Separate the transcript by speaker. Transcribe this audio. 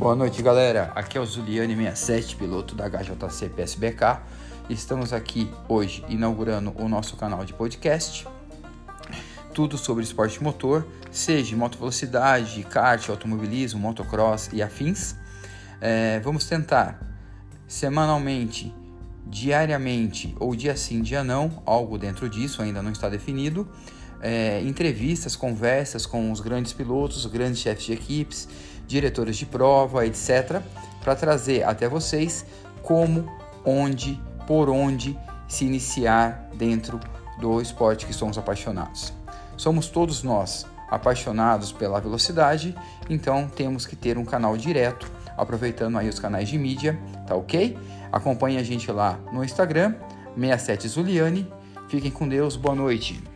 Speaker 1: Boa noite, galera. Aqui é o Zuliani67, piloto da HJC PSBK. Estamos aqui hoje inaugurando o nosso canal de podcast. Tudo sobre esporte motor, seja moto velocidade, kart, automobilismo, motocross e afins. Vamos tentar semanalmente, diariamente ou dia sim, dia não, algo dentro disso ainda não está definido. Entrevistas, conversas com os grandes pilotos, os grandes chefes de equipes, diretores de prova, etc., para trazer até vocês como, onde, por onde se iniciar dentro do esporte que somos apaixonados. Somos todos nós apaixonados pela velocidade, então temos que ter um canal direto, aproveitando aí os canais de mídia, tá ok? Acompanhe a gente lá no Instagram, 67Zuliani. Fiquem com Deus, boa noite.